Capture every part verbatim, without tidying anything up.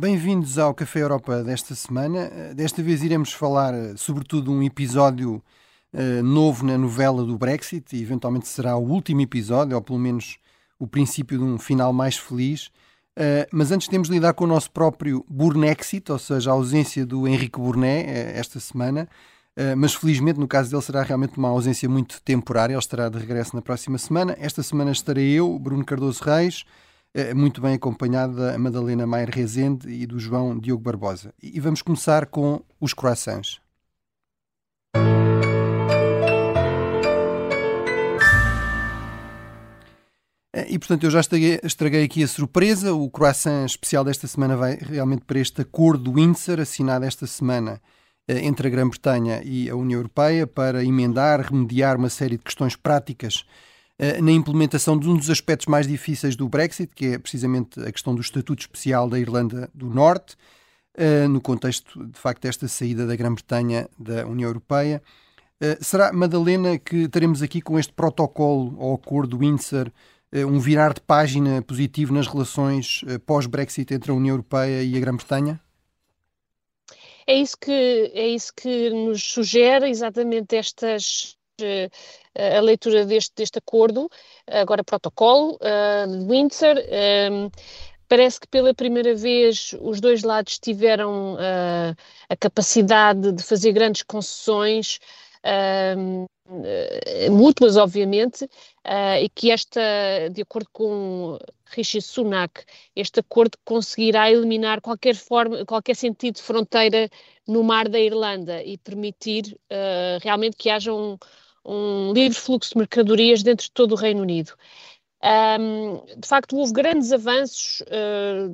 Bem-vindos ao Café Europa desta semana. Eh, Desta vez iremos falar, eh, sobretudo, de um episódio eh, novo na novela do Brexit e eventualmente será o último episódio, ou pelo menos o princípio de um final mais feliz. Eh, mas antes temos de lidar com o nosso próprio Burnexit, ou seja, a ausência do Henrique Burné eh, esta semana. Eh, mas felizmente, no caso dele, será realmente uma ausência muito temporária. Ele estará de regresso na próxima semana. Esta semana estarei eu, Bruno Cardoso Reis, eh, muito bem acompanhado da Madalena Maier Rezende e do João Diogo Barbosa. E vamos começar com os croissants. Eh, E, portanto, eu já estraguei, estraguei aqui a surpresa. O croissant especial desta semana vai realmente para este acordo do Windsor, assinado esta semana eh, entre a Grã-Bretanha e a União Europeia, para emendar, remediar uma série de questões práticas eh, na implementação de um dos aspectos mais difíceis do Brexit, que é precisamente a questão do Estatuto Especial da Irlanda do Norte, eh, no contexto, de facto, desta saída da Grã-Bretanha da União Europeia. Eh, Será, Madalena, que teremos aqui com este protocolo ao acordo Windsor eh, um virar de página positivo nas relações eh, pós-Brexit entre a União Europeia e a Grã-Bretanha? É isso que, é isso que nos sugere exatamente estas, eh, a leitura deste, deste acordo, agora protocolo, eh, de Windsor. Eh, parece que pela primeira vez os dois lados tiveram eh, a capacidade de fazer grandes concessões, eh, eh, mútuas, obviamente, eh, e que esta, de acordo com Rishi Sunak, este acordo conseguirá eliminar qualquer forma, qualquer sentido de fronteira no mar da Irlanda e permitir uh, realmente que haja um, um livre fluxo de mercadorias dentro de todo o Reino Unido. Um, de facto, houve grandes avanços uh,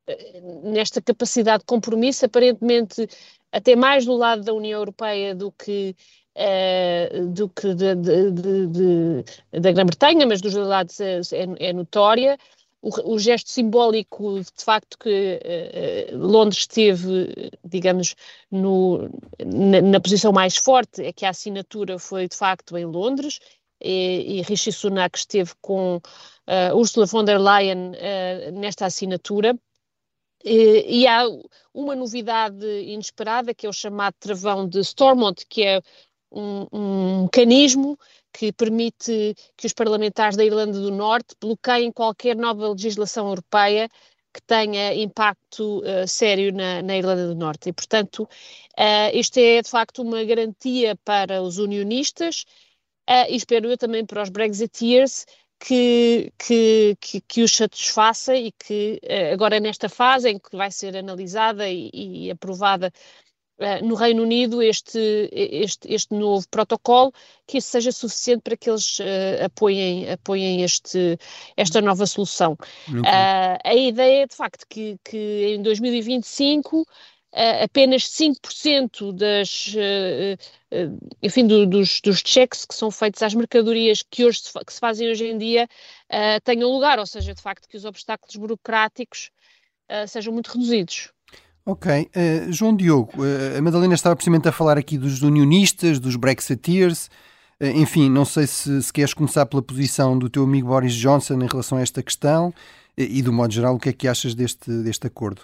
nesta capacidade de compromisso, aparentemente até mais do lado da União Europeia do que Uh, do que de, de, de, de, da Grã-Bretanha, mas dos dois lados é, é notória. O, o gesto simbólico, de facto, que uh, Londres esteve, digamos, no, na, na posição mais forte, é que a assinatura foi, de facto, em Londres, e, e Rishi Sunak esteve com uh, Ursula von der Leyen uh, nesta assinatura. E, e há uma novidade inesperada, que é o chamado travão de Stormont, que é um, um mecanismo que permite que os parlamentares da Irlanda do Norte bloqueiem qualquer nova legislação europeia que tenha impacto uh, sério na, na Irlanda do Norte. E, portanto, uh, isto é, de facto, uma garantia para os unionistas uh, e, espero eu, também para os Brexiteers, que, que, que, que os satisfaça e que, uh, agora nesta fase em que vai ser analisada e, e aprovada Uh, no Reino Unido este, este, este novo protocolo, que isso seja suficiente para que eles uh, apoiem, apoiem este, esta nova solução. Muito bem. Uh, a ideia é, de facto, que, que em dois mil e vinte e cinco uh, apenas cinco por cento das, uh, uh, enfim, do, dos, dos cheques que são feitos às mercadorias que, hoje se, que se fazem hoje em dia uh, tenham lugar, ou seja, de facto, que os obstáculos burocráticos uh, sejam muito reduzidos. Ok. Uh, João Diogo, uh, a Madalena estava precisamente a falar aqui dos unionistas, dos Brexiteers. Uh, enfim, não sei se, se queres começar pela posição do teu amigo Boris Johnson em relação a esta questão uh, e, do modo geral, o que é que achas deste, deste acordo?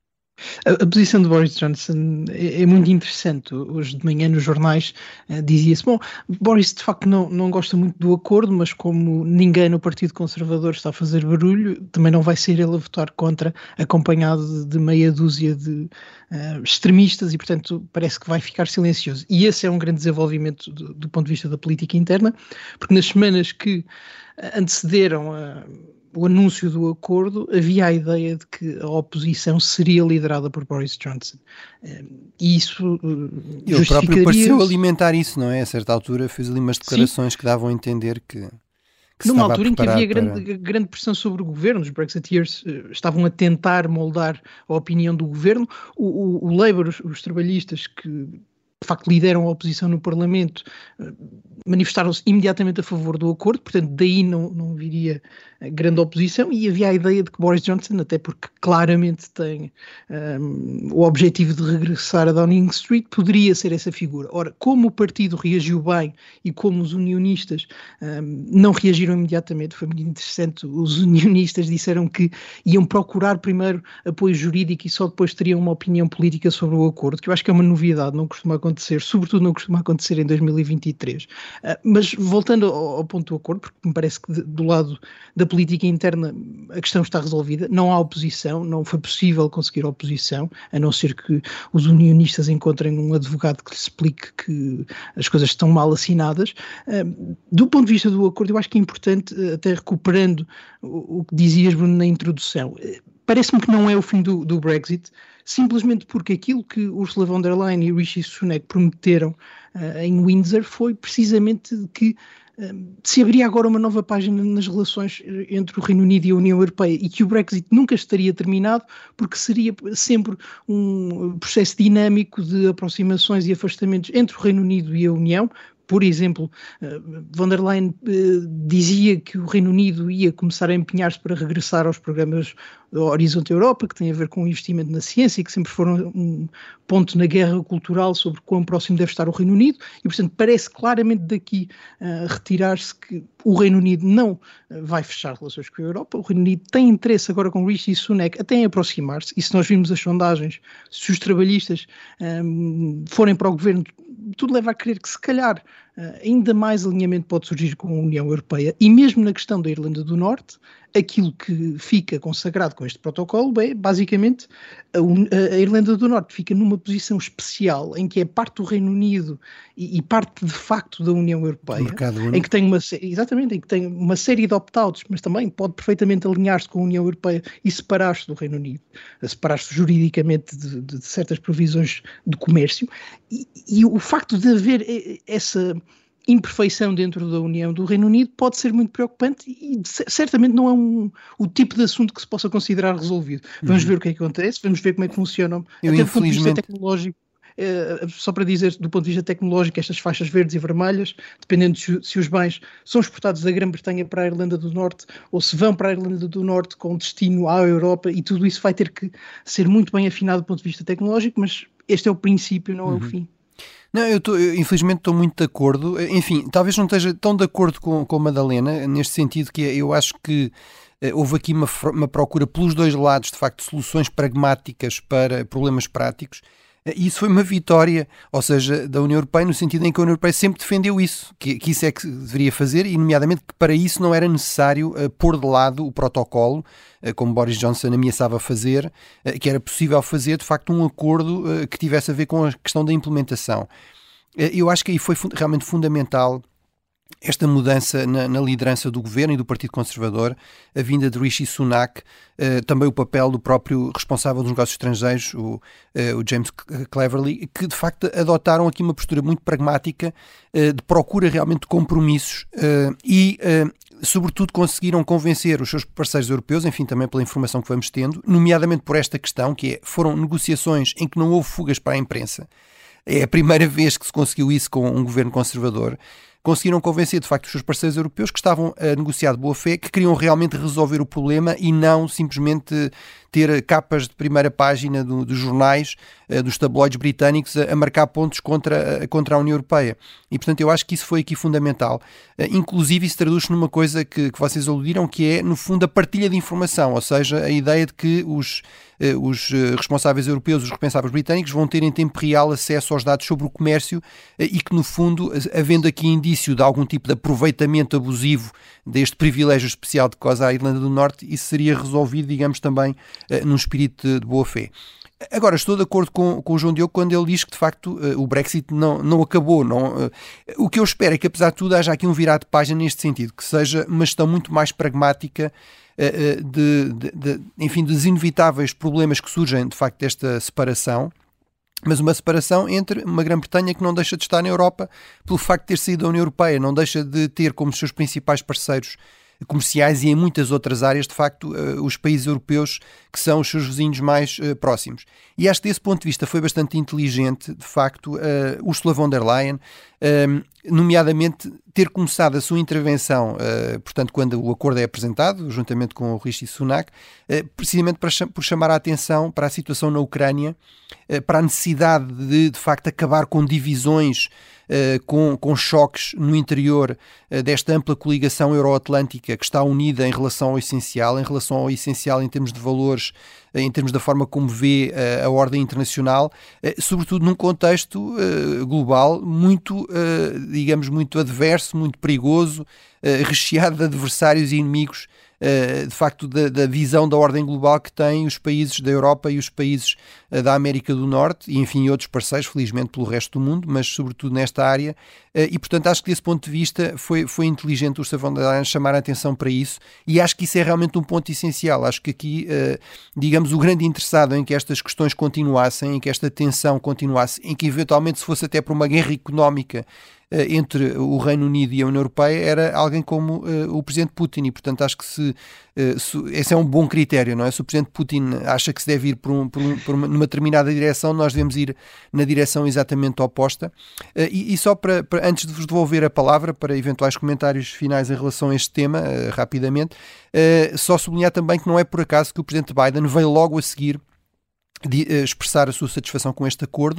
A, a posição de Boris Johnson é, é muito interessante. Hoje de manhã nos jornais uh, dizia-se, bom, Boris de facto não, não gosta muito do acordo, mas como ninguém no Partido Conservador está a fazer barulho, também não vai ser ele a votar contra, acompanhado de, de meia dúzia de uh, extremistas, e portanto parece que vai ficar silencioso. E esse é um grande desenvolvimento do, do ponto de vista da política interna, porque nas semanas que uh, antecederam a o anúncio do acordo, havia a ideia de que a oposição seria liderada por Boris Johnson. E isso Ele próprio pareceu alimentar isso, não é? A certa altura fez ali umas declarações Sim. que davam a entender que, que Numa altura em que havia para... grande, grande pressão sobre o governo, os Brexiteers uh, estavam a tentar moldar a opinião do governo, o, o, o Labour, os, os trabalhistas que de facto lideram a oposição no Parlamento, manifestaram-se imediatamente a favor do acordo, portanto daí não, não viria grande oposição, e havia a ideia de que Boris Johnson, até porque claramente tem um, o objetivo de regressar a Downing Street, poderia ser essa figura. Ora, como o partido reagiu bem e como os unionistas um, não reagiram imediatamente, foi muito interessante, os unionistas disseram que iam procurar primeiro apoio jurídico e só depois teriam uma opinião política sobre o acordo, que eu acho que é uma novidade, não costuma acontecer, sobretudo não costuma acontecer em dois mil e vinte e três. Uh, mas voltando ao, ao ponto do acordo, porque me parece que de, do lado da política interna a questão está resolvida, não há oposição, não foi possível conseguir oposição, a não ser que os unionistas encontrem um advogado que lhes explique que as coisas estão mal assinadas. Uh, do ponto de vista do acordo, eu acho que é importante, até recuperando o, o que dizias, Bruno, na introdução, uh, parece-me que não é o fim do, do Brexit, simplesmente porque aquilo que Ursula von der Leyen e Rishi Sunak prometeram uh, em Windsor foi precisamente que uh, se abriria agora uma nova página nas relações entre o Reino Unido e a União Europeia e que o Brexit nunca estaria terminado, porque seria sempre um processo dinâmico de aproximações e afastamentos entre o Reino Unido e a União. Por exemplo, von der Leyen uh, dizia que o Reino Unido ia começar a empenhar-se para regressar aos programas do Horizonte Europa, que tem a ver com o investimento na ciência, que sempre foram um ponto na guerra cultural sobre quão próximo deve estar o Reino Unido, e portanto parece claramente daqui uh, retirar-se que o Reino Unido não uh, vai fechar relações com a Europa. O Reino Unido tem interesse agora com Rishi Sunak até em aproximar-se, e se nós vimos as sondagens, se os trabalhistas um, forem para o governo, tudo leva a crer que se calhar uh, ainda mais alinhamento pode surgir com a União Europeia, e mesmo na questão da Irlanda do Norte, aquilo que fica consagrado com este protocolo é, basicamente, a, a Irlanda do Norte fica numa posição especial em que é parte do Reino Unido e, e parte de facto da União Europeia, em que tem uma, exatamente, em que tem uma série de opt-outs, mas também pode perfeitamente alinhar-se com a União Europeia e separar-se do Reino Unido, separar-se juridicamente de, de certas provisões de comércio, e, e o facto de haver essa imperfeição dentro da União do Reino Unido pode ser muito preocupante e certamente não é um, o tipo de assunto que se possa considerar resolvido. Vamos uhum. ver o que é que acontece, vamos ver como é que funcionam. Eu, até do ponto de vista tecnológico, eh, só para dizer, do ponto de vista tecnológico, estas faixas verdes e vermelhas, dependendo de se, se os bens são exportados da Grã-Bretanha para a Irlanda do Norte ou se vão para a Irlanda do Norte com destino à Europa, e tudo isso vai ter que ser muito bem afinado do ponto de vista tecnológico, mas este é o princípio, não é uhum. o fim. Não, eu, tô, eu infelizmente estou muito de acordo. Enfim, talvez não esteja tão de acordo com, com a Madalena, neste sentido que eu acho que eh, houve aqui uma, uma procura pelos dois lados, de facto, de soluções pragmáticas para problemas práticos. E isso foi uma vitória, ou seja, da União Europeia, no sentido em que a União Europeia sempre defendeu isso, que, que isso é que se deveria fazer, e nomeadamente que para isso não era necessário uh, pôr de lado o protocolo, uh, como Boris Johnson ameaçava fazer, uh, que era possível fazer, de facto, um acordo uh, que tivesse a ver com a questão da implementação. Uh, eu acho que aí foi fun- realmente fundamental esta mudança na, na liderança do governo e do Partido Conservador, a vinda de Rishi Sunak, uh, também o papel do próprio responsável dos negócios estrangeiros, o, uh, o James Cleverly, que de facto adotaram aqui uma postura muito pragmática, uh, de procura realmente de compromissos uh, e, uh, sobretudo, conseguiram convencer os seus parceiros europeus, enfim, também pela informação que vamos tendo, nomeadamente por esta questão, que é, foram negociações em que não houve fugas para a imprensa. É a primeira vez que se conseguiu isso com um governo conservador. Conseguiram convencer, de facto, os seus parceiros europeus que estavam a negociar de boa fé, que queriam realmente resolver o problema e não simplesmente ter capas de primeira página do, dos jornais, dos tabloides britânicos, a, a marcar pontos contra, contra a União Europeia. E, portanto, eu acho que isso foi aqui fundamental. Inclusive, isso traduz-se numa coisa que, que vocês aludiram, que é, no fundo, a partilha de informação, ou seja, a ideia de que os, os responsáveis europeus, os responsáveis britânicos, vão ter em tempo real acesso aos dados sobre o comércio e que, no fundo, havendo aqui indício de algum tipo de aproveitamento abusivo deste privilégio especial de causa à Irlanda do Norte, isso seria resolvido, digamos, também num espírito de, de boa fé. Agora, estou de acordo com, com o João Diogo quando ele diz que, de facto, o Brexit não, não acabou. Não, o que eu espero é que, apesar de tudo, haja aqui um virado de página neste sentido, que seja uma gestão muito mais pragmática de, de, de, enfim, dos inevitáveis problemas que surgem, de facto, desta separação, mas uma separação entre uma Grã-Bretanha que não deixa de estar na Europa pelo facto de ter saído da União Europeia, não deixa de ter como seus principais parceiros comerciais e em muitas outras áreas, de facto, uh, os países europeus que são os seus vizinhos mais uh, próximos. E acho que desse ponto de vista foi bastante inteligente, de facto, uh, Ursula von der Leyen, uh, nomeadamente ter começado a sua intervenção, uh, portanto, quando o acordo é apresentado, juntamente com o Rishi Sunak, uh, precisamente para, por chamar a atenção para a situação na Ucrânia, uh, para a necessidade de, de facto, acabar com divisões, Uh, com, com choques no interior uh, desta ampla coligação euroatlântica que está unida em relação ao essencial, em relação ao essencial em termos de valores, uh, em termos da forma como vê uh, a ordem internacional, uh, sobretudo num contexto uh, global muito, uh, digamos, muito adverso, muito perigoso, uh, recheado de adversários e inimigos, Uh, de facto da, da visão da ordem global que têm os países da Europa e os países uh, da América do Norte e enfim outros parceiros, felizmente pelo resto do mundo, mas sobretudo nesta área, uh, e portanto acho que desse ponto de vista foi, foi inteligente o Ursula von der Leyen chamar a atenção para isso, e acho que isso é realmente um ponto essencial. Acho que aqui, uh, digamos, o grande interessado em que estas questões continuassem, em que esta tensão continuasse, em que eventualmente se fosse até por uma guerra económica entre o Reino Unido e a União Europeia, era alguém como uh, o Presidente Putin, e portanto acho que se, uh, se esse é um bom critério, não é? Se o Presidente Putin acha que se deve ir por, um, por, um, por uma, numa determinada direção, nós devemos ir na direção exatamente oposta. Uh, e, e só para, para, antes de vos devolver a palavra para eventuais comentários finais em relação a este tema, uh, rapidamente, uh, só sublinhar também que não é por acaso que o Presidente Biden veio logo a seguir de uh, expressar a sua satisfação com este acordo.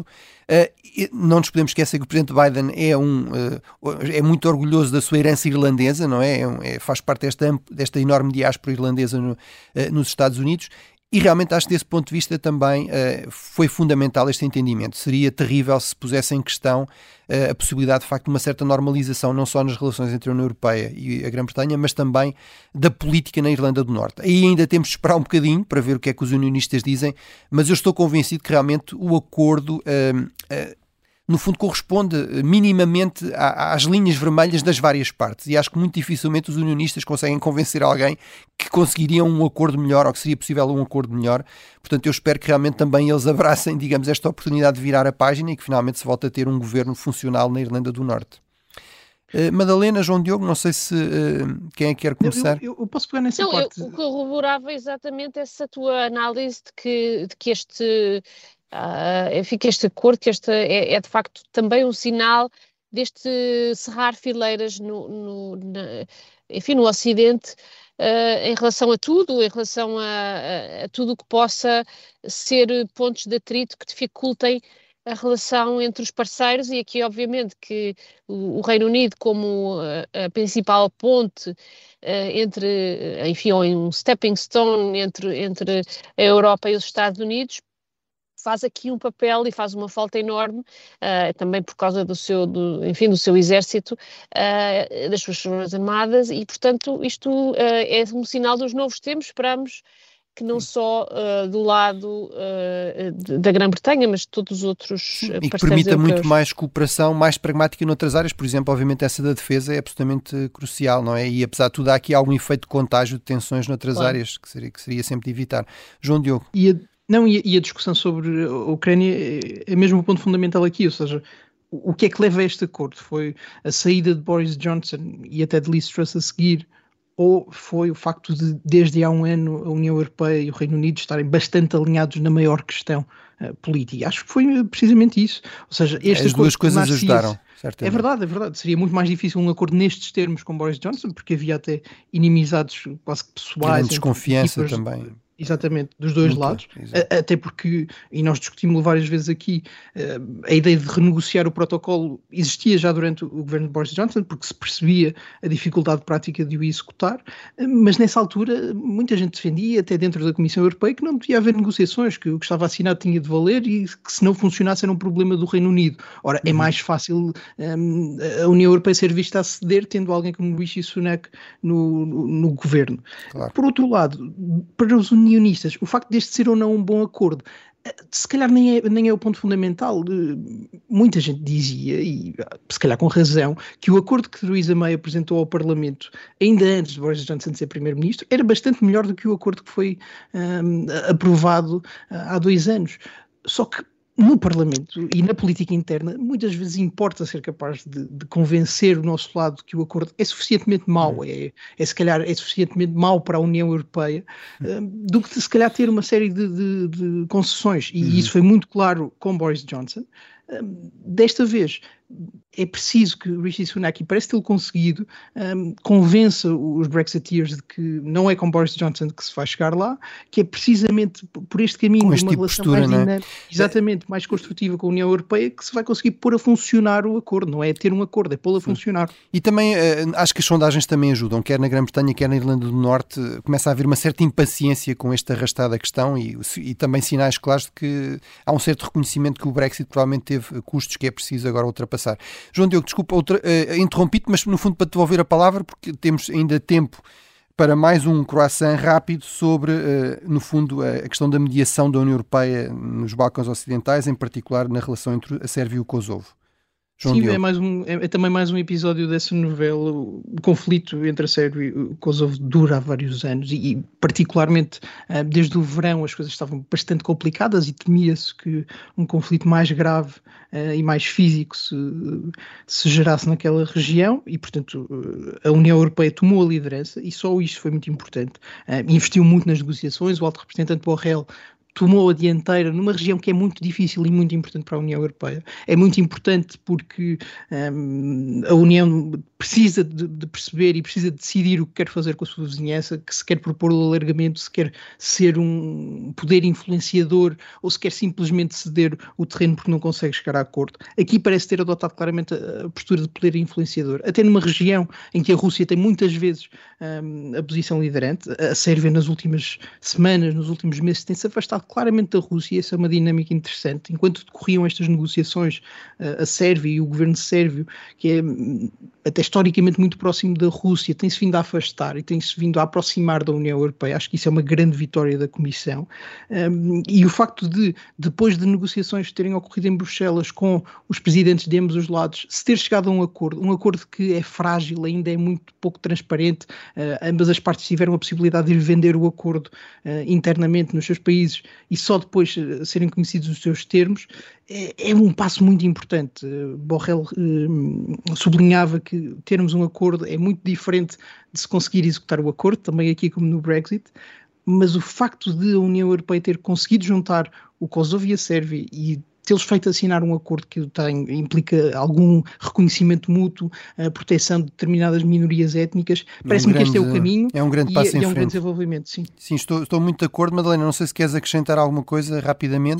Uh, não nos podemos esquecer que o Presidente Biden é, um, uh, é muito orgulhoso da sua herança irlandesa, não é? É, um, é faz parte desta, desta enorme diáspora irlandesa no, uh, nos Estados Unidos. E realmente acho que desse ponto de vista também uh, foi fundamental este entendimento. Seria terrível se pusesse em questão uh, a possibilidade de facto de uma certa normalização, não só nas relações entre a União Europeia e a Grã-Bretanha, mas também da política na Irlanda do Norte. Aí ainda temos de esperar um bocadinho para ver o que é que os unionistas dizem, mas eu estou convencido que realmente o acordo uh, uh, no fundo corresponde minimamente às linhas vermelhas das várias partes, e acho que muito dificilmente os unionistas conseguem convencer alguém que conseguiriam um acordo melhor, ou que seria possível um acordo melhor. Portanto, eu espero que realmente também eles abracem, digamos, esta oportunidade de virar a página e que finalmente se volte a ter um governo funcional na Irlanda do Norte. Uh, Madalena, João Diogo, não sei se uh, quem é que quer começar. Eu, eu, eu posso pegar nessa não, parte. Eu corroborava exatamente essa tua análise de que, de que este... Uh, fica este acordo, que este é, é de facto também um sinal deste cerrar fileiras no, no, na, enfim, no Ocidente, uh, em relação a tudo, em relação a, a, a tudo o que possa ser pontos de atrito que dificultem a relação entre os parceiros, e aqui obviamente que o, o Reino Unido como a, a principal ponte uh, entre, enfim, ou um stepping stone entre, entre a Europa e os Estados Unidos, faz aqui um papel e faz uma falta enorme, uh, também por causa do seu, do, enfim, do seu exército, uh, das suas forças armadas, e portanto isto uh, é um sinal dos novos tempos. Esperamos que não só uh, do lado uh, de, da Grã-Bretanha, mas de todos os outros Sim, parceiros e que permita europeus. Muito mais cooperação, mais pragmática noutras áreas. Por exemplo, obviamente essa da defesa é absolutamente crucial, não é? E apesar de tudo há aqui algum efeito de contágio de tensões noutras claro. áreas que seria, que seria sempre de evitar. João Diogo. E a... Não, e a, e a discussão sobre a Ucrânia é mesmo o ponto fundamental aqui, ou seja, o, o que é que leva a este acordo? Foi a saída de Boris Johnson e até de Liz Truss a seguir, ou foi o facto de, desde há um ano, a União Europeia e o Reino Unido estarem bastante alinhados na maior questão uh, política? Acho que foi precisamente isso. Ou seja, este As duas coisas ajudaram. É verdade, é verdade. Seria muito mais difícil um acordo nestes termos com Boris Johnson, porque havia até inimizades quase que pessoais. Grande desconfiança também. Exatamente, dos dois Muito, lados, exatamente. Até porque, e nós discutimos várias vezes aqui, a ideia de renegociar o protocolo existia já durante o governo de Boris Johnson, porque se percebia a dificuldade prática de o executar, mas nessa altura muita gente defendia, até dentro da Comissão Europeia, que não devia haver negociações, que o que estava assinado tinha de valer e que se não funcionasse era um problema do Reino Unido. Ora, uhum. é mais fácil um, a União Europeia ser vista a ceder, tendo alguém como Rishi Sunak no, no, no governo. Claro. Por outro lado, para os unionistas, o facto deste ser ou não um bom acordo, se calhar nem é, nem é o ponto fundamental. Muita gente dizia, e se calhar com razão, que o acordo que Theresa May apresentou ao Parlamento, ainda antes de Boris Johnson ser primeiro-ministro, era bastante melhor do que o acordo que foi um, aprovado há dois anos. Só que no Parlamento e na política interna, muitas vezes importa ser capaz de, de convencer o nosso lado que o acordo é suficientemente mau, é, é se calhar é suficientemente mau para a União Europeia, um, do que se calhar ter uma série de, de, de concessões. E uhum. isso foi muito claro com Boris Johnson. Um, desta vez é preciso que Rishi Sunak, e parece tê-lo conseguido, um, convença os Brexiteers de que não é com Boris Johnson que se vai chegar lá, que é precisamente por este caminho de uma tipo relação postura, mais dinâmica, é? exatamente, mais construtiva com a União Europeia, que se vai conseguir pôr a funcionar o acordo. Não é ter um acordo, é pô-lo a funcionar. E também uh, acho que as sondagens também ajudam, quer na Grã-Bretanha, quer na Irlanda do Norte, começa a haver uma certa impaciência com esta arrastada questão e, e também sinais claros de que há um certo reconhecimento que o Brexit provavelmente teve custos que é preciso agora ultrapassar. João Diogo, desculpa, outra, uh, interrompi-te, mas no fundo para te devolver a palavra, porque temos ainda tempo para mais um croissant rápido sobre, uh, no fundo, a, a questão da mediação da União Europeia nos Balcãs Ocidentais, em particular na relação entre a Sérvia e o Kosovo. João Sim, Diogo. é, mais um, é, é também mais um episódio dessa novela. O conflito entre a Sérvia e o Kosovo dura há vários anos e, e particularmente, uh, desde o verão as coisas estavam bastante complicadas e temia-se que um conflito mais grave uh, e mais físico se, se gerasse naquela região e, portanto, uh, a União Europeia tomou a liderança e só isto foi muito importante. Uh, investiu muito nas negociações, o alto representante Borrell tomou a dianteira numa região que é muito difícil e muito importante para a União Europeia. É muito importante porque um, a União precisa de, de perceber e precisa de decidir o que quer fazer com a sua vizinhança, que se quer propor o alargamento, se quer ser um poder influenciador ou se quer simplesmente ceder o terreno porque não consegue chegar a acordo. Aqui parece ter adotado claramente a postura de poder influenciador, até numa região em que a Rússia tem muitas vezes um, a posição liderante. A Sérvia nas últimas semanas, nos últimos meses, tem-se afastado claramente da Rússia e essa é uma dinâmica interessante. Enquanto decorriam estas negociações, a Sérvia e o governo sérvio, que é até historicamente muito próximo da Rússia, tem-se vindo a afastar e tem-se vindo a aproximar da União Europeia. Acho que isso é uma grande vitória da Comissão. Um, e o facto de, depois de negociações terem ocorrido em Bruxelas com os presidentes de ambos os lados, se ter chegado a um acordo, um acordo que é frágil, ainda é muito pouco transparente, uh, ambas as partes tiveram a possibilidade de vender o acordo uh, internamente nos seus países e só depois uh, serem conhecidos os seus termos, é, é um passo muito importante. Uh, Borrell uh, sublinhava que termos um acordo é muito diferente de se conseguir executar o acordo, também aqui como no Brexit, mas o facto de a União Europeia ter conseguido juntar o Kosovo e a Sérvia e tê-los feito assinar um acordo que tem, implica algum reconhecimento mútuo, a proteção de determinadas minorias étnicas, parece-me um que este é o caminho é um grande passo e, em e é um frente. grande desenvolvimento. Sim, sim estou, estou muito de acordo. Madalena, não sei se queres acrescentar alguma coisa rapidamente.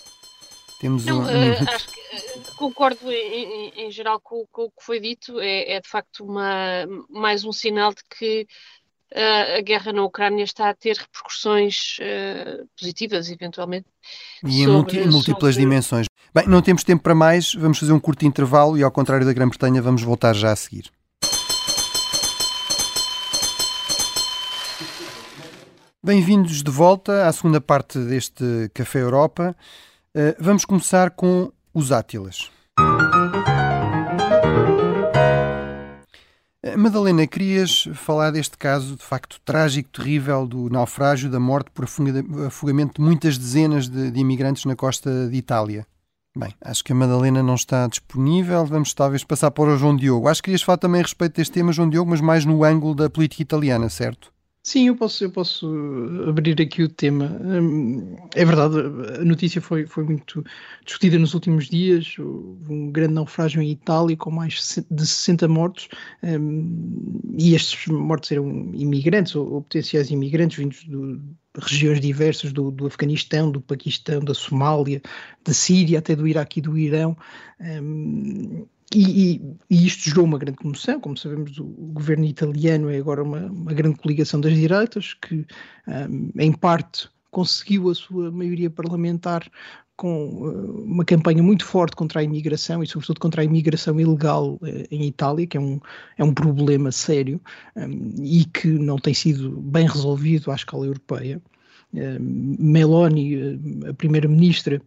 Temos não, um... uh, acho que uh, concordo em, em, em geral com, com o que foi dito. É, é de facto uma, mais um sinal de que uh, a guerra na Ucrânia está a ter repercussões uh, positivas, eventualmente. E sobre, em múltiplas sobre... dimensões. Bem, não temos tempo para mais, vamos fazer um curto intervalo e, ao contrário da Grã-Bretanha, vamos voltar já a seguir. Bem-vindos de volta à segunda parte deste Café Europa. Uh, vamos começar com os Átilas. Uh, Madalena, querias falar deste caso, de facto, trágico, terrível, do naufrágio, da morte por afogamento de muitas dezenas de, de imigrantes na costa de Itália. Bem, acho que a Madalena não está disponível, vamos talvez passar para o João Diogo. Acho que querias falar também a respeito deste tema, João Diogo, mas mais no ângulo da política italiana, certo? Sim, eu posso, eu posso abrir aqui o tema. É verdade, a notícia foi, foi muito discutida nos últimos dias. Houve um grande naufrágio em Itália com mais de sessenta mortos, e estes mortos eram imigrantes ou, ou potenciais imigrantes vindos de regiões diversas do, do Afeganistão, do Paquistão, da Somália, da Síria, até do Iraque e do Irão. E, e, e isto gerou uma grande comoção. Como sabemos, o, o governo italiano é agora uma, uma grande coligação das direitas que, um, em parte, conseguiu a sua maioria parlamentar com uh, uma campanha muito forte contra a imigração e, sobretudo, contra a imigração ilegal uh, em Itália, que é um, é um problema sério um, e que não tem sido bem resolvido à escala europeia. Uh, Meloni, uh, a primeira-ministra,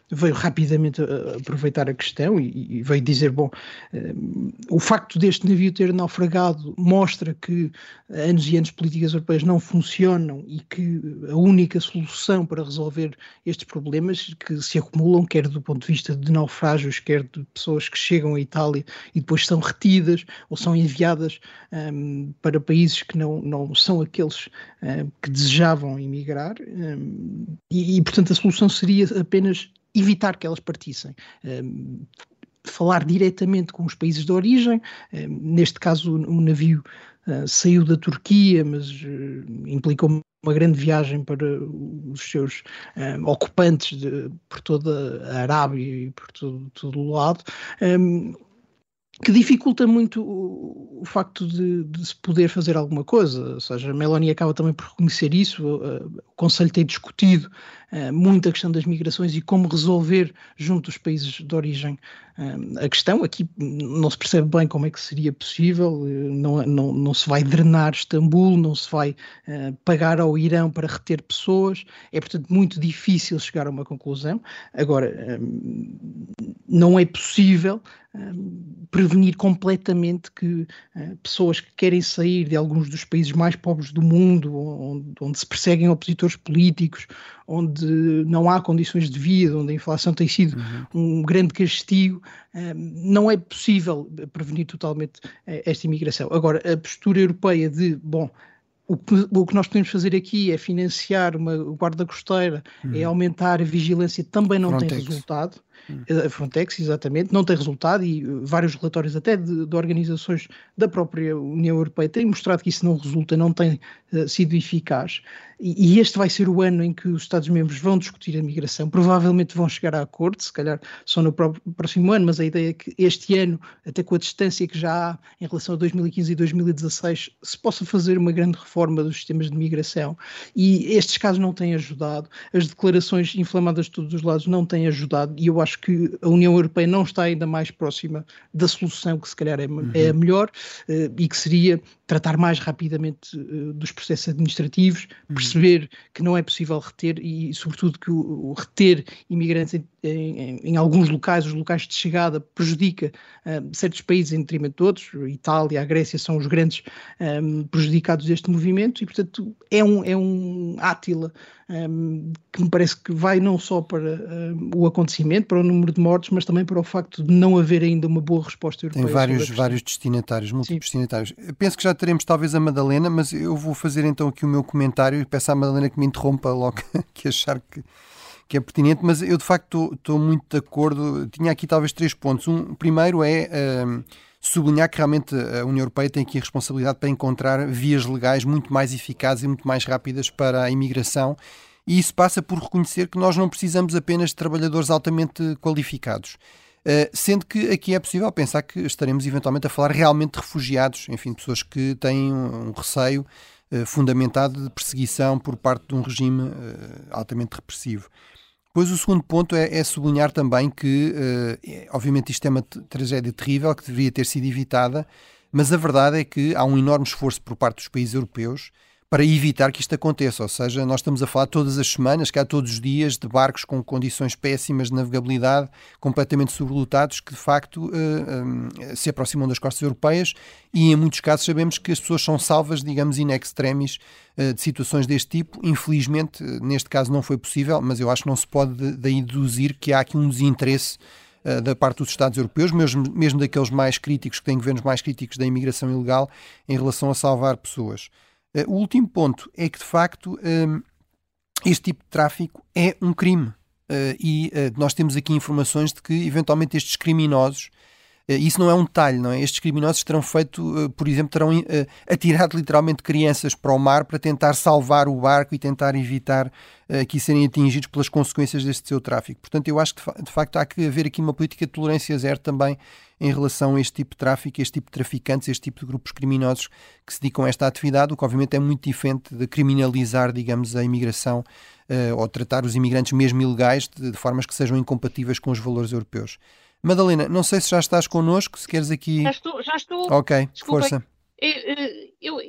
veio rapidamente aproveitar a questão e, e veio dizer, bom, um, o facto deste navio ter naufragado mostra que anos e anos políticas europeias não funcionam e que a única solução para resolver estes problemas que se acumulam, quer do ponto de vista de naufrágios, quer de pessoas que chegam à Itália e depois são retidas ou são enviadas um, para países que não, não são aqueles um, que desejavam emigrar, um, e, e portanto a solução seria apenas evitar que elas partissem. Um, falar diretamente com os países de origem, um, neste caso o navio uh, saiu da Turquia, mas uh, implicou uma grande viagem para os seus um, ocupantes de, por toda a Arábia e por todo, todo o lado, um, que dificulta muito o, o facto de, de se poder fazer alguma coisa. Ou seja, a Meloni acaba também por reconhecer isso. Uh, o Conselho tem discutido uh, muito a questão das migrações e como resolver junto dos países de origem uh, a questão. Aqui não se percebe bem como é que seria possível, uh, não, não, não se vai drenar Istambul, não se vai uh, pagar ao Irão para reter pessoas, é portanto muito difícil chegar a uma conclusão. Agora, um, não é possível um, prevenir completamente que uh, pessoas que querem sair de alguns dos países mais pobres do mundo, onde, onde se perseguem opositores políticos, onde não há condições de vida, onde a inflação tem sido uhum. um grande castigo, um, não é possível prevenir totalmente uh, esta imigração. Agora, a postura europeia de, bom, O que, o que nós podemos fazer aqui é financiar uma guarda costeira, uhum. é aumentar a vigilância, também não Frontex. tem resultado. Uhum. A Frontex, exatamente, não tem resultado e vários relatórios até de, de organizações da própria União Europeia têm mostrado que isso não resulta, não tem uh, sido eficaz. E, e este vai ser o ano em que os Estados-membros vão discutir a migração, provavelmente vão chegar a acordo, se calhar só no próprio, próximo ano, mas a ideia é que este ano, até com a distância que já há em relação a dois mil e quinze e dois mil e dezasseis, se possa fazer uma grande reforma dos sistemas de migração. E estes casos não têm ajudado, as declarações inflamadas de todos os lados não têm ajudado, e eu acho que a União Europeia não está ainda mais próxima da solução, que se calhar é, uhum. é a melhor, uh, e que seria tratar mais rapidamente uh, dos processos administrativos, uhum. perceber que não é possível reter e, sobretudo, que o, o reter imigrantes em, em, em alguns locais, os locais de chegada, prejudica uh, certos países em detrimento de outros. A Itália, a Grécia são os grandes um, prejudicados deste movimento e, portanto, é um, é um átila um, que me parece que vai não só para um, o acontecimento, para o número de mortes, mas também para o facto de não haver ainda uma boa resposta europeia. Tem vários, vários destinatários, múltiplos Sim. destinatários. Eu penso que já teremos talvez a Madalena, mas eu vou fazer então aqui o meu comentário e peço à Madalena que me interrompa logo que achar que, que é pertinente, mas eu de facto estou muito de acordo. Tinha aqui talvez três pontos. Um primeiro é um, sublinhar que realmente a União Europeia tem aqui a responsabilidade para encontrar vias legais muito mais eficazes e muito mais rápidas para a imigração. E isso passa por reconhecer que nós não precisamos apenas de trabalhadores altamente qualificados. Uh, sendo que aqui é possível pensar que estaremos eventualmente a falar realmente de refugiados, enfim, pessoas que têm um, um receio uh, fundamentado de perseguição por parte de um regime uh, altamente repressivo. Depois o segundo ponto é, é sublinhar também que, uh, é, obviamente isto é uma t- tragédia terrível que deveria ter sido evitada, mas a verdade é que há um enorme esforço por parte dos países europeus para evitar que isto aconteça, ou seja, nós estamos a falar todas as semanas, que há todos os dias, de barcos com condições péssimas de navegabilidade, completamente sobrelotados, que de facto uh, um, se aproximam das costas europeias e em muitos casos sabemos que as pessoas são salvas, digamos, in extremis uh, de situações deste tipo. Infelizmente, neste caso não foi possível, mas eu acho que não se pode daí deduzir que há aqui um desinteresse uh, da parte dos Estados europeus, mesmo, mesmo daqueles mais críticos, que têm governos mais críticos da imigração ilegal, em relação a salvar pessoas. Uh, o último ponto é que, de facto, um, este tipo de tráfico é um crime. Uh, e uh, nós temos aqui informações de que, eventualmente, estes criminosos, uh, isso não é um detalhe, não é? Estes criminosos terão feito, uh, por exemplo, terão uh, atirado literalmente crianças para o mar para tentar salvar o barco e tentar evitar uh, que serem atingidos pelas consequências deste seu tráfico. Portanto, eu acho que, de, fa- de facto, há que haver aqui uma política de tolerância zero também em relação a este tipo de tráfico, este tipo de traficantes, este tipo de grupos criminosos que se dedicam a esta atividade, o que obviamente é muito diferente de criminalizar, digamos, a imigração uh, ou tratar os imigrantes mesmo ilegais de, de formas que sejam incompatíveis com os valores europeus. Madalena, não sei se já estás connosco, se queres aqui... Já estou, já estou. Ok, Desculpem. força. Eu, eu,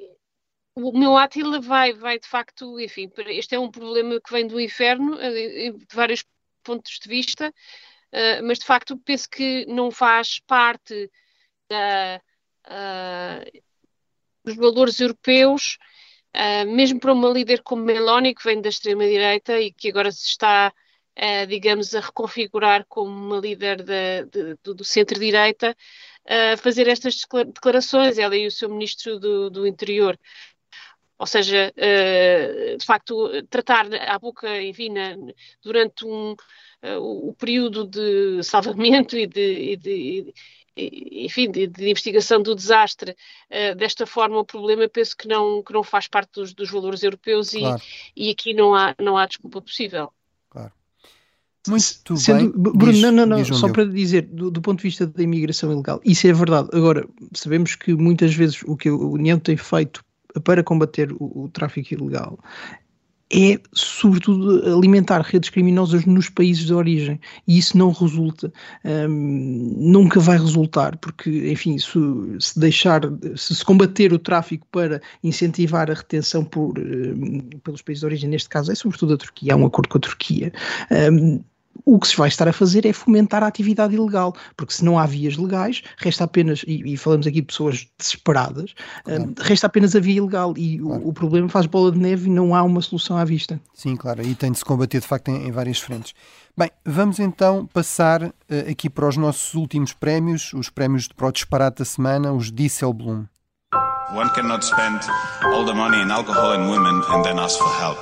o meu átila vai, vai de facto, enfim, este é um problema que vem do inferno, de vários pontos de vista, uh, mas de facto penso que não faz parte da, uh, dos valores europeus, uh, mesmo para uma líder como Meloni, que vem da extrema-direita e que agora se está, uh, digamos, a reconfigurar como uma líder de, de, do, do centro-direita, uh, fazer estas declarações, ela e o seu ministro do, do Interior. Ou seja, uh, de facto, tratar à boca, enfim, na, durante um, uh, o período de salvamento e de, e de, e, enfim, de, de investigação do desastre, uh, desta forma o problema penso que não, que não faz parte dos, dos valores europeus. Claro. e, e aqui não há, não há desculpa possível. Claro. Muito Sendo, bem. Bruno, diz, não, não, não, diz só para dizer, do, do ponto de vista da imigração ilegal, isso é verdade. Agora, sabemos que muitas vezes o que a União tem feito para combater o, o tráfico ilegal é, sobretudo, alimentar redes criminosas nos países de origem, e isso não resulta, hum, nunca vai resultar, porque, enfim, se, se deixar, se se combater o tráfico para incentivar a retenção por, hum, pelos países de origem, neste caso é sobretudo a Turquia, há um acordo com a Turquia, hum, o que se vai estar a fazer é fomentar a atividade ilegal, porque se não há vias legais, resta apenas, e, e falamos aqui de pessoas desesperadas, claro. um, resta apenas a via ilegal, e claro. o, o problema faz bola de neve e não há uma solução à vista. Sim, claro, e tem de se combater de facto em, em várias frentes. Bem, vamos então passar uh, aqui para os nossos últimos prémios, os prémios para o disparate da semana, os Disselblum. One cannot spend all the money in alcohol and women and then ask for help.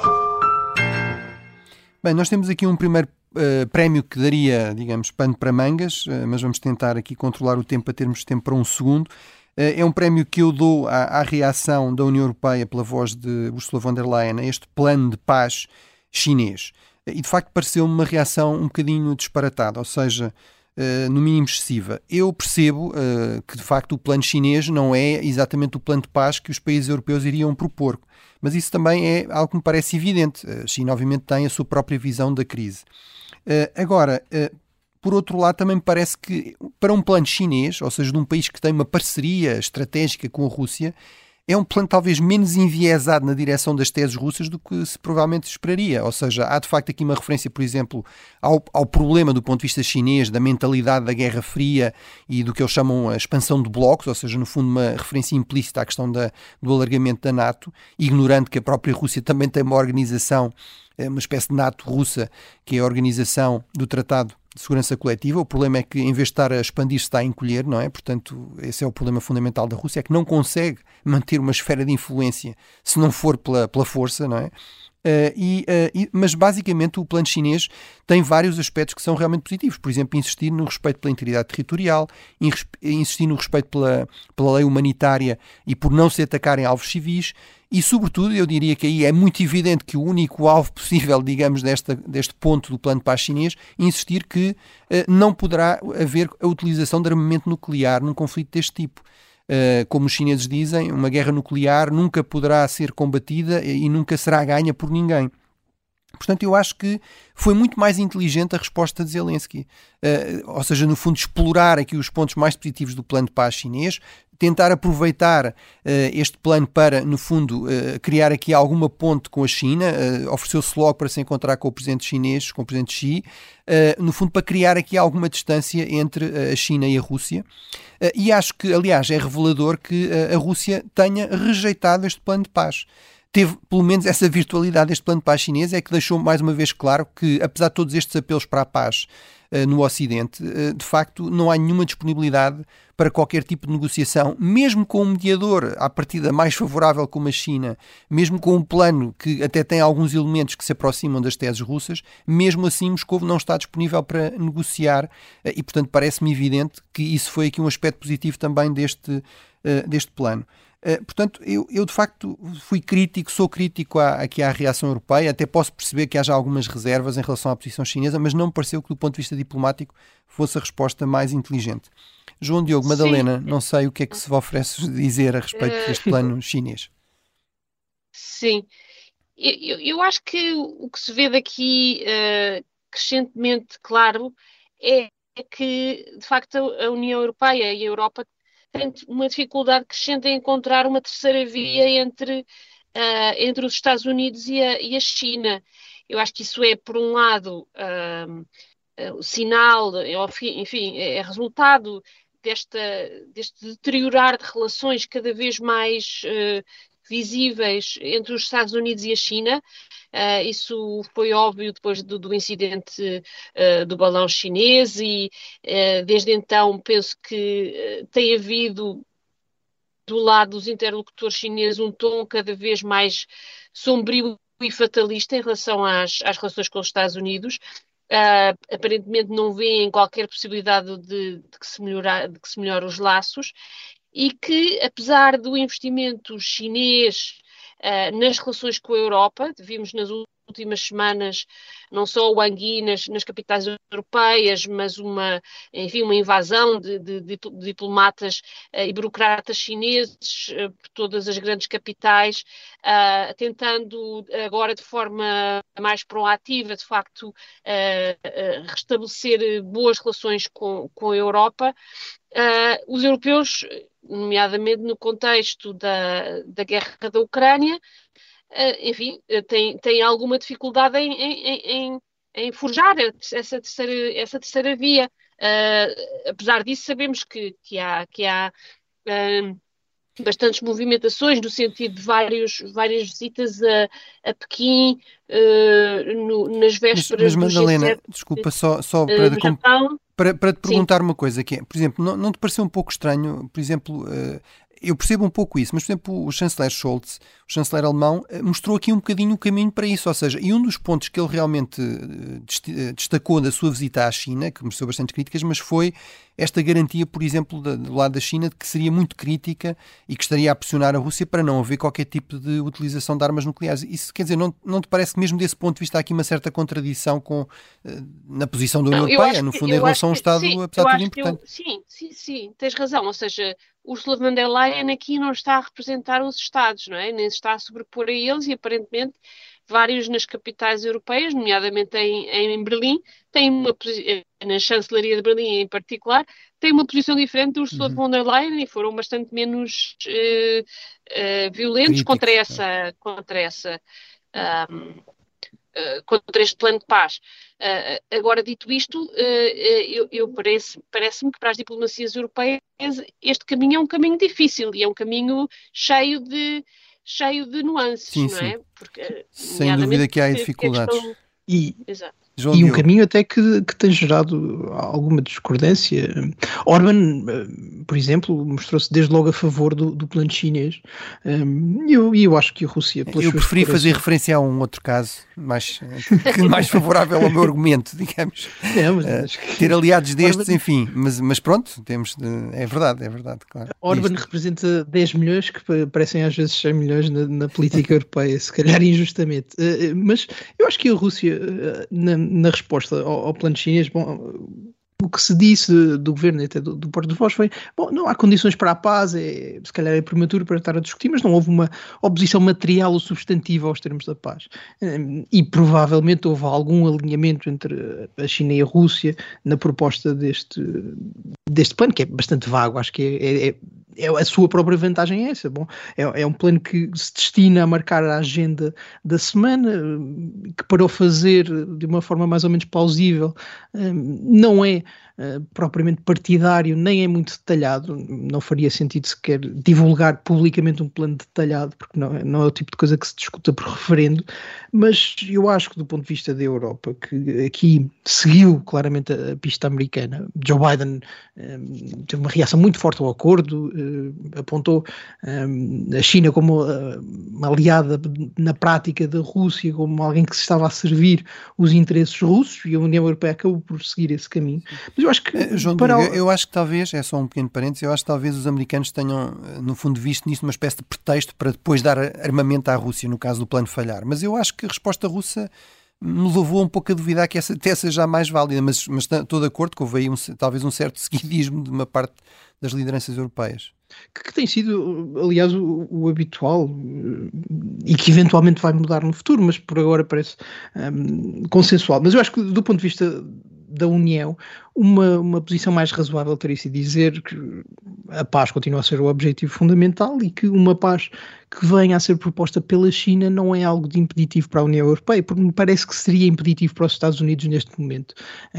Bem, nós temos aqui um primeiro Uh, prémio que daria, digamos, pano para mangas, uh, mas vamos tentar aqui controlar o tempo para termos tempo para um segundo. Uh, é um prémio que eu dou à, à reação da União Europeia pela voz de Ursula von der Leyen a este plano de paz chinês. Uh, e de facto pareceu-me uma reação um bocadinho disparatada, ou seja, uh, no mínimo excessiva. Eu percebo uh, que de facto o plano chinês não é exatamente o plano de paz que os países europeus iriam propor, mas isso também é algo que me parece evidente. A China obviamente tem a sua própria visão da crise. Uh, agora, uh, por outro lado, também me parece que para um plano chinês, ou seja, de um país que tem uma parceria estratégica com a Rússia, é um plano talvez menos enviesado na direção das teses russas do que se provavelmente esperaria. Ou seja, há de facto aqui uma referência, por exemplo, ao, ao problema do ponto de vista chinês, da mentalidade da Guerra Fria e do que eles chamam a expansão de blocos, ou seja, no fundo uma referência implícita à questão da, do alargamento da NATO, ignorando que a própria Rússia também tem uma organização, uma espécie de NATO russa, que é a Organização do Tratado de Segurança Coletiva. O problema é que, em vez de estar a expandir-se, está a encolher, não é? Portanto, esse é o problema fundamental da Rússia, é que não consegue manter uma esfera de influência se não for pela, pela força, não é? Uh, e, uh, e, mas basicamente o plano chinês tem vários aspectos que são realmente positivos. Por exemplo, insistir no respeito pela integridade territorial, insistir no respeito pela, pela lei humanitária e por não se atacarem alvos civis. E, sobretudo, eu diria que aí é muito evidente que o único alvo possível, digamos, desta, deste ponto do plano de paz chinês, insistir que uh, não poderá haver a utilização de armamento nuclear num conflito deste tipo. Uh, como os chineses dizem, uma guerra nuclear nunca poderá ser combatida e nunca será ganha por ninguém. Portanto, eu acho que foi muito mais inteligente a resposta de Zelensky. Uh, ou seja, no fundo, explorar aqui os pontos mais positivos do plano de paz chinês, tentar aproveitar uh, este plano para, no fundo, uh, criar aqui alguma ponte com a China. Uh, ofereceu-se logo para se encontrar com o presidente chinês, com o presidente Xi, uh, no fundo, para criar aqui alguma distância entre a China e a Rússia. Uh, e acho que, aliás, é revelador que uh, a Rússia tenha rejeitado este plano de paz. Teve, pelo menos, essa virtualidade deste plano de paz chinês, é que deixou mais uma vez claro que, apesar de todos estes apelos para a paz uh, no Ocidente, uh, de facto não há nenhuma disponibilidade para qualquer tipo de negociação, mesmo com um mediador à partida mais favorável como a China, mesmo com um plano que até tem alguns elementos que se aproximam das teses russas, mesmo assim Moscovo não está disponível para negociar uh, e, portanto, parece-me evidente que isso foi aqui um aspecto positivo também deste, uh, deste plano. Uh, portanto, eu, eu de facto fui crítico, sou crítico à, aqui à reação europeia, até posso perceber que haja algumas reservas em relação à posição chinesa, mas não me pareceu que do ponto de vista diplomático fosse a resposta mais inteligente. João Diogo, Madalena, sim. Não sei o que é que se oferece dizer a respeito uh, deste plano chinês. Sim, eu, eu acho que o que se vê daqui uh, crescentemente claro é, é que, de facto, a União Europeia e a Europa tem uma dificuldade crescente em encontrar uma terceira via entre, uh, entre os Estados Unidos e a, e a China. Eu acho que isso é, por um lado, um, o sinal, enfim, é resultado desta, deste deteriorar de relações cada vez mais uh, visíveis entre os Estados Unidos e a China. Uh, isso foi óbvio depois do, do incidente uh, do balão chinês e uh, desde então penso que uh, tem havido do lado dos interlocutores chineses um tom cada vez mais sombrio e fatalista em relação às, às relações com os Estados Unidos. Uh, aparentemente não veem qualquer possibilidade de, de, que se melhorar, de que se melhore os laços e que, apesar do investimento chinês uh, nas relações com a Europa, vimos nas últimas semanas não só o Wang Yi nas, nas capitais europeias, mas uma, enfim, uma invasão de, de, de diplomatas uh, e burocratas chineses uh, por todas as grandes capitais, uh, tentando agora de forma mais proativa, de facto, uh, uh, restabelecer boas relações com, com a Europa. Uh, os europeus, nomeadamente no contexto da, da guerra da Ucrânia, Uh, enfim, uh, tem, tem alguma dificuldade em, em, em, em forjar essa terceira, essa terceira via. Uh, apesar disso, sabemos que, que há, que há uh, bastantes movimentações no sentido de vários, várias visitas a, a Pequim uh, no, nas vésperas mas, mas Madalena, do G sete, desculpa, só, só uh, para, no Japão. para, para te perguntar Sim. uma coisa, que é, por exemplo, não, não te pareceu um pouco estranho, por exemplo... Uh, eu percebo um pouco isso, mas, por exemplo, o chanceler Scholz, o chanceler alemão, mostrou aqui um bocadinho o caminho para isso, ou seja, e um dos pontos que ele realmente destacou da sua visita à China, que mostrou bastante críticas, mas foi esta garantia, por exemplo, do lado da China, de que seria muito crítica e que estaria a pressionar a Rússia para não haver qualquer tipo de utilização de armas nucleares. Isso, quer dizer, não, não te parece que mesmo desse ponto de vista há aqui uma certa contradição com, na posição da União Não, Europeia, no fundo, em relação a um Estado, sim, apesar de tudo, eu, importante? sim, sim, sim, tens razão, ou seja, Ursula von der Leyen aqui não está a representar os Estados, não é? Nem se está a sobrepor a eles e aparentemente vários nas capitais europeias, nomeadamente em, em Berlim, têm uma na chancelaria de Berlim em particular, têm uma posição diferente de Ursula uhum. von der Leyen e foram bastante menos uh, uh, violentos Críticos, contra essa, é. contra essa um, uh, contra este plano de paz. Uh, agora, dito isto, uh, eu, eu parece, parece-me que para as diplomacias europeias este caminho é um caminho difícil e é um caminho cheio de, cheio de nuances, sim, não sim. é? Porque, sem dúvida que há dificuldades. Questão... E, Exato. João e um Diogo. Caminho até que, que tem gerado alguma discordância. Orban, por exemplo, mostrou-se desde logo a favor do, do plano chinês. E eu, eu acho que a Rússia... Eu preferi fazer referência a um outro caso mais, mais favorável ao meu argumento, digamos. É, mas, uh, mas... Ter aliados destes, Orban... enfim. Mas, mas pronto, temos de... é verdade, é verdade, claro. Orban Isto. representa dez milhões que parecem às vezes cem milhões na, na política europeia, se calhar injustamente. Uh, mas eu acho que a Rússia... Uh, na, na resposta ao, ao plano chinês, bom, o que se disse do governo e até do, do porta-voz foi, bom, não há condições para a paz, é, se calhar é prematuro para estar a discutir, mas não houve uma oposição material ou substantiva aos termos da paz. E provavelmente houve algum alinhamento entre a China e a Rússia na proposta deste, deste plano, que é bastante vago, acho que é, é, é a sua própria vantagem é essa. Bom, é, é um plano que se destina a marcar a agenda da semana, que para o fazer de uma forma mais ou menos plausível, não é Uh, propriamente partidário, nem é muito detalhado, não faria sentido sequer divulgar publicamente um plano detalhado, porque não, não é o tipo de coisa que se discuta por referendo, mas eu acho que do ponto de vista da Europa, que aqui seguiu claramente a, a pista americana, Joe Biden um, teve uma reação muito forte ao acordo, uh, apontou um, a China como uh, uma aliada na prática da Rússia, como alguém que se estava a servir os interesses russos, e a União Europeia acabou por seguir esse caminho. Mas eu acho que, João para... Diogo, eu acho que talvez, é só um pequeno parênteses, eu acho que talvez os americanos tenham, no fundo, visto nisso uma espécie de pretexto para depois dar armamento à Rússia, no caso do plano falhar. Mas eu acho que a resposta russa me levou um pouco a duvidar que essa até seja a mais válida, mas, mas estou de acordo que houve aí um, talvez um certo seguidismo de uma parte das lideranças europeias. Que, que tem sido, aliás, o, o habitual e que eventualmente vai mudar no futuro, mas por agora parece um, consensual. Mas eu acho que do ponto de vista da União, uma, uma posição mais razoável teria sido dizer que a paz continua a ser o objetivo fundamental e que uma paz que venha a ser proposta pela China não é algo de impeditivo para a União Europeia, porque me parece que seria impeditivo para os Estados Unidos neste momento,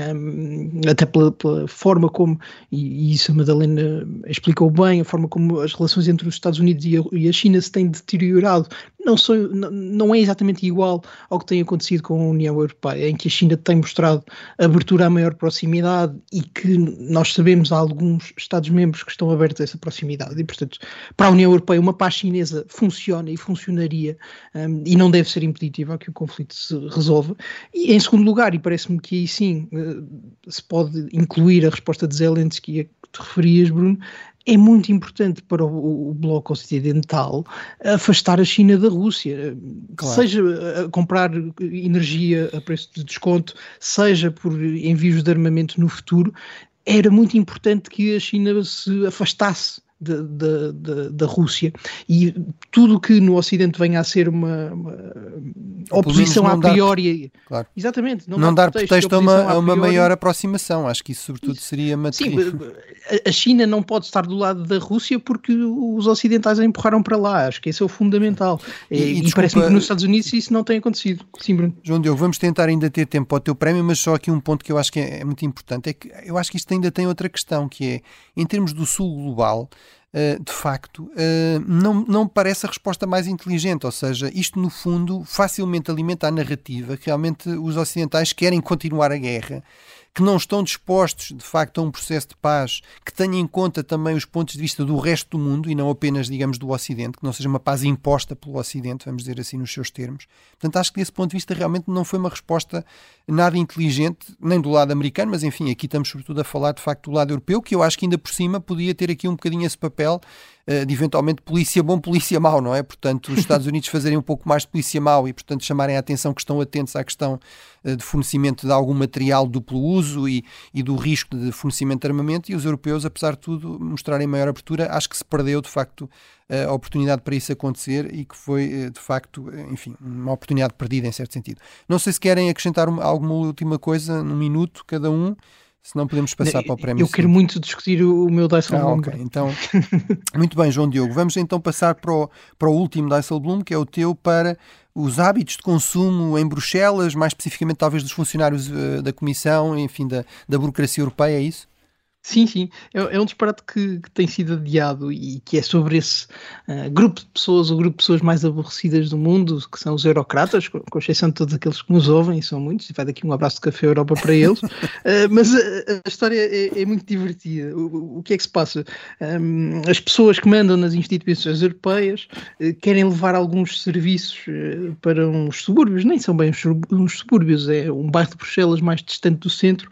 um, até pela, pela forma como, e, e isso a Madalena explicou bem, a forma como as relações entre os Estados Unidos e a, e a China se têm deteriorado, não, são, não, não é exatamente igual ao que tem acontecido com a União Europeia, em que a China tem mostrado abertura à maior proximidade e que nós sabemos há alguns Estados-membros que estão abertos a essa proximidade e, portanto, para a União Europeia uma paz chinesa funciona e funcionaria um, e não deve ser impeditiva a que o conflito se resolva. E em segundo lugar, e parece-me que aí sim uh, se pode incluir a resposta de Zelensky a que te referias, Bruno, é muito importante para o, o Bloco Ocidental afastar a China da Rússia, claro. Seja a comprar energia a preço de desconto, seja por envios de armamento no futuro. Era muito importante que a China se afastasse Da, da, da, da Rússia, e tudo que no Ocidente venha a ser uma, uma oposição a priori, dar, claro. Exatamente, não, não dar pretexto a uma, a uma maior aproximação. Acho que isso sobretudo isso. seria material. Sim, a China não pode estar do lado da Rússia porque os ocidentais a empurraram para lá. Acho que esse é o fundamental. E, e, e parece-me que nos Estados Unidos isso não tem acontecido. Sim, Bruno. João Diogo, vamos tentar ainda ter tempo para o teu prémio, mas só aqui um ponto que eu acho que é, é muito importante, é que eu acho que isto ainda tem outra questão, que é, em termos do sul global, Uh, de facto, uh, não, não me parece a resposta mais inteligente, ou seja, isto no fundo facilmente alimenta a narrativa que realmente os ocidentais querem continuar a guerra, que não estão dispostos de facto a um processo de paz que tenha em conta também os pontos de vista do resto do mundo e não apenas, digamos, do Ocidente, que não seja uma paz imposta pelo Ocidente, vamos dizer assim nos seus termos. Portanto, acho que desse ponto de vista realmente não foi uma resposta nada inteligente, nem do lado americano, mas enfim, aqui estamos sobretudo a falar de facto do lado europeu, que eu acho que ainda por cima podia ter aqui um bocadinho esse papel de eventualmente polícia bom, polícia mau, não é? Portanto, os Estados Unidos fazerem um pouco mais de polícia mau e, portanto, chamarem a atenção que estão atentos à questão de fornecimento de algum material de duplo uso e, e do risco de fornecimento de armamento, e os europeus, apesar de tudo, mostrarem maior abertura. Acho que se perdeu, de facto, a oportunidade para isso acontecer e que foi, de facto, enfim, uma oportunidade perdida em certo sentido. Não sei se querem acrescentar uma, alguma última coisa, num minuto cada um. Se não, podemos passar para o prémio. Eu quero seguinte. muito discutir o meu Dijsselbloem. Ah, ok. Então, muito bem, João Diogo. Vamos então passar para o, para o último Dijsselbloem, que é o teu, para os hábitos de consumo em Bruxelas, mais especificamente talvez dos funcionários uh, da Comissão, enfim, da, da burocracia europeia, é isso? Sim, sim, é, é um disparate que, que tem sido adiado e que é sobre esse uh, grupo de pessoas, o grupo de pessoas mais aborrecidas do mundo, que são os eurocratas, com, com exceção de todos aqueles que nos ouvem, e são muitos, e vai daqui um abraço de Café Europa para eles, uh, mas a, a história é, é muito divertida. O, o que é que se passa? Um, as pessoas que mandam nas instituições europeias uh, querem levar alguns serviços uh, para uns subúrbios, nem são bem uns subúrbios, é um bairro de Bruxelas mais distante do centro,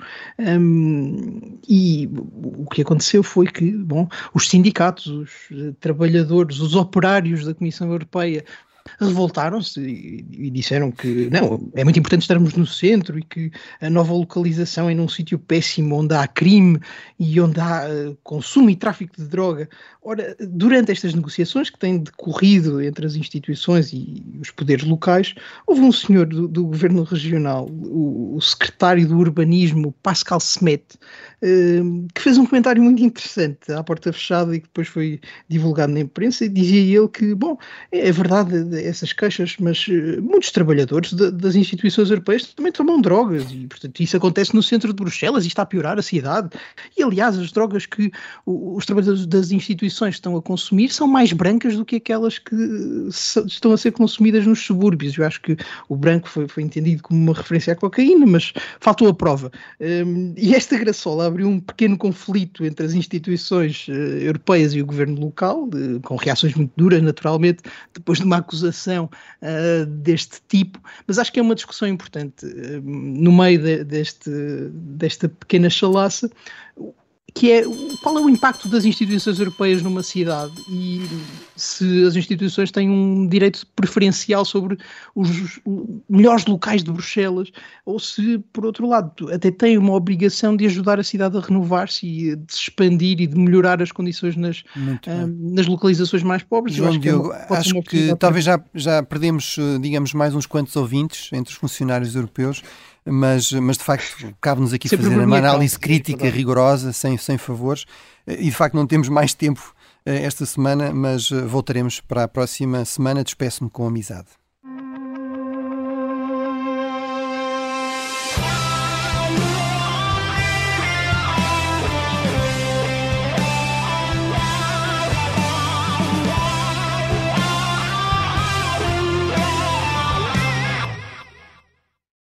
um, e o que aconteceu foi que, bom, os sindicatos, os trabalhadores, os operários da Comissão Europeia revoltaram-se e, e disseram que não, é muito importante estarmos no centro e que a nova localização é num sítio péssimo onde há crime e onde há uh, consumo e tráfico de droga. Ora, durante estas negociações que têm decorrido entre as instituições e os poderes locais, houve um senhor do, do governo regional, o, o secretário do urbanismo, Pascal Smet, uh, que fez um comentário muito interessante à porta fechada e que depois foi divulgado na imprensa, e dizia ele que, bom, é verdade essas queixas, mas uh, muitos trabalhadores de, das instituições europeias também tomam drogas e, portanto, isso acontece no centro de Bruxelas e está a piorar a cidade. E, aliás, as drogas que o, os trabalhadores das instituições estão a consumir são mais brancas do que aquelas que se, estão a ser consumidas nos subúrbios. Eu acho que o branco foi, foi entendido como uma referência à cocaína, mas faltou a prova. Um, e esta graçola abriu um pequeno conflito entre as instituições uh, europeias e o governo local, uh, com reações muito duras, naturalmente, depois de uma acusação uh, deste tipo, mas acho que é uma discussão importante uh, no meio de, deste, desta pequena chalaça, que é qual é o impacto das instituições europeias numa cidade e se as instituições têm um direito preferencial sobre os melhores locais de Bruxelas ou se, por outro lado, até têm uma obrigação de ajudar a cidade a renovar-se e de se expandir e de melhorar as condições nas, uh, nas localizações mais pobres. João acho Diogo, que é uma, acho que talvez já, já perdemos, digamos, mais uns quantos ouvintes entre os funcionários europeus. Mas, mas de facto cabe-nos aqui Sempre fazer uma análise crítica, rigorosa, sem, sem favores, e de facto não temos mais tempo esta semana, mas voltaremos para a próxima semana. Despeço-me com amizade.